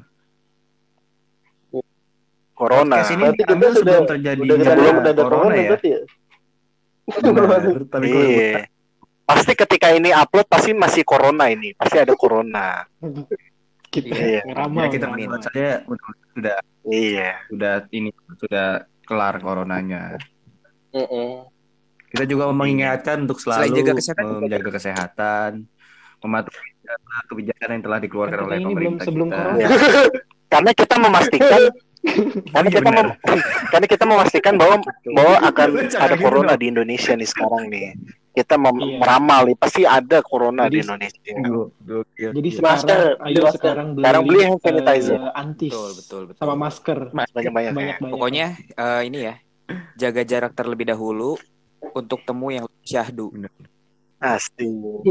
Corona. Podcast ini Berarti kita diambil sudah sebelum terjadinya sebelum udah ada corona ya. berarti ya. Benar, tapi gue Iya. Pasti ketika ini upload pasti masih corona ini, pasti ada corona. Kita Iya. ngeramal. ya kita ngeramal. buat saja sudah Iya. sudah kelar coronanya. Heeh. Kita juga mengingatkan untuk Selain selalu jaga kesehatan, menjaga kesehatan, mematuhi kebijakan yang telah dikeluarkan Kan kita oleh ini belum pemerintah sebelum kita. corona. Karena kita memastikan Benar. karena kita memastikan bahwa akan Jangan ada gitu corona dong. di Indonesia nih sekarang nih. Kita Iya. meramal nih pasti ada corona di Jadi- Indonesia. Gokil. Jadi Masker, sekarang, ayo masker. sekarang Sekarang beli hand sanitizer. Antis Betul. sama masker. Banyak-banyak ya. Banyak-banyak. Pokoknya ini ya, jaga jarak terlebih dahulu untuk temu yang syahdu. Pasti.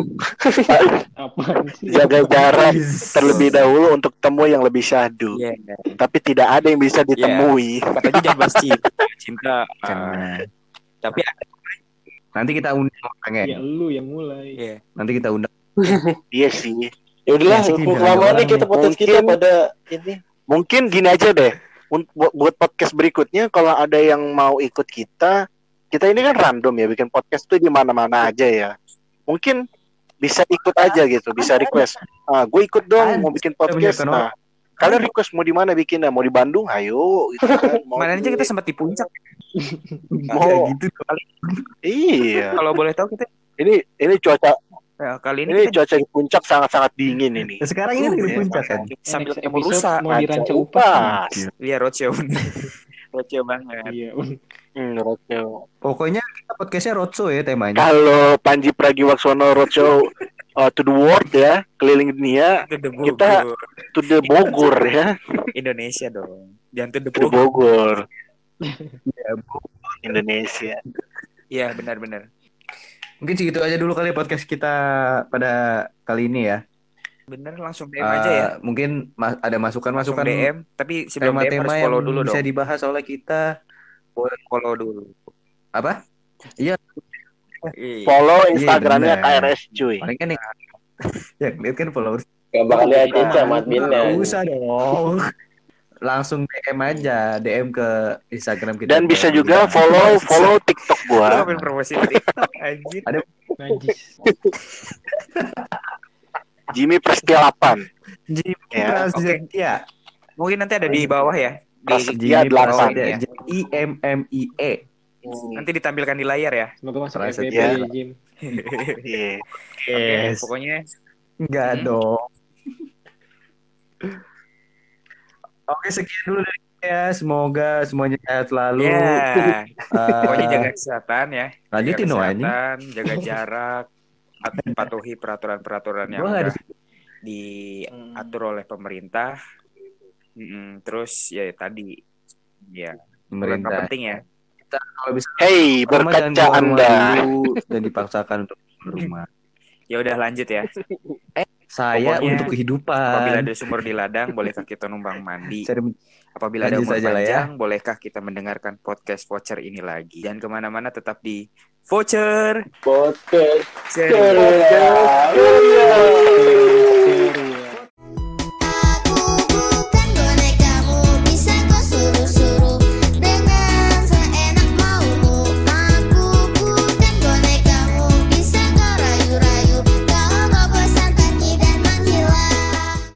Apaan sih? Jaga jarak terlebih dahulu untuk temu yang lebih syahdu. Iya. Tapi tidak ada yang bisa ditemui. Katanya jangan bahas cinta. Jangan. Tapi Nanti kita undang orangnya. Ya lu yang mulai. iya. Nanti kita undang. Iya sih. Ya udahlah, Ya, sih, lama nih kita podcast kita Mungkin- pada ini. Mungkin gini aja deh. Buat podcast berikutnya kalau ada yang mau ikut kita ini kan random ya bikin podcast tuh di mana-mana aja ya. Mungkin bisa ikut aja gitu, bisa request. Gue ikut dong mau bikin podcast. Nah, kalian request mau di mana bikinnya? Mau di Bandung? Ayo gitu kan. Mau Kemarin aja di- kita sempat di puncak. mau gitu. iya. Kalau boleh tahu kita Ini cuaca kali ini ini kita cuaca di puncak sangat-sangat dingin ini. Sekarang ini lagi di Iya. puncak kan. sambil Next ketemu episode rusa. mau di Ranca Upas. Upas. Iya, roadshow. Roadshow banget. Iya. Roadshow. Pokoknya kita podcastnya roadshow ya temanya. Kalau Panji Pragiwaksono roadshow to the world ya, keliling dunia, Itu the Kita- Bogor. to the Bogor ya, Indonesia dong. Jangan to the to the Bogor. Bogor. Indonesia. Iya, benar-benar. Mungkin segitu aja dulu kali podcast kita pada kali ini ya. Bener langsung DM aja ya. Mungkin ada Langsung masukan-masukan DM, tapi sebelum DM tema-tema harus yang follow dulu bisa dong. dibahas oleh kita. Follow dulu. Apa? Iya. Follow Instagramnya bener. KRS cuy. Paling kan ya lihat kan followers. Gak bakal lihat Iya. Cica sama adminnya. Nggak usah dong. Langsung DM aja, DM ke Instagram kita. Dan bisa juga follow TikTok Lu gua. ngapain promosi TikTok anjir. Najis. Jimmy Prestia 8. Ya, oke. Mungkin nanti ada di bawah ya. Di Dia Jimmy delapan. Prasetya, JIMMIE. nanti ditampilkan di layar ya. Semoga masuk Salah FVP satu. ya, Jim. Iya. Yes. Pokoknya Enggak Hmm. dong. Oke, sekian dulu dari saya. Semoga semuanya sehat selalu. ya, Eh, pokoknya jaga kesehatan ya. lanjutin Jaga dong anjing. kesehatan, jaga jarak, patuhi peraturan-peraturan yang Gua nggak udah diatur oleh pemerintah. Terus ya tadi ya yang Pemerintah. penting ya. Kalau bisa Hey, rumah jangan berkaca keluar rumah Anda. dulu dan dipaksakan untuk keluar rumah. Ya udah lanjut ya. Saya Pokoknya, untuk kehidupan. Apabila ada sumur di ladang, bolehkah kita numpang mandi? Saya Apabila ada lanjut umur saja lah ya. panjang, bolehkah kita mendengarkan podcast voucher ini lagi? Jangan kemana-mana, tetap di voucher. Podcast. Seri. Ceria.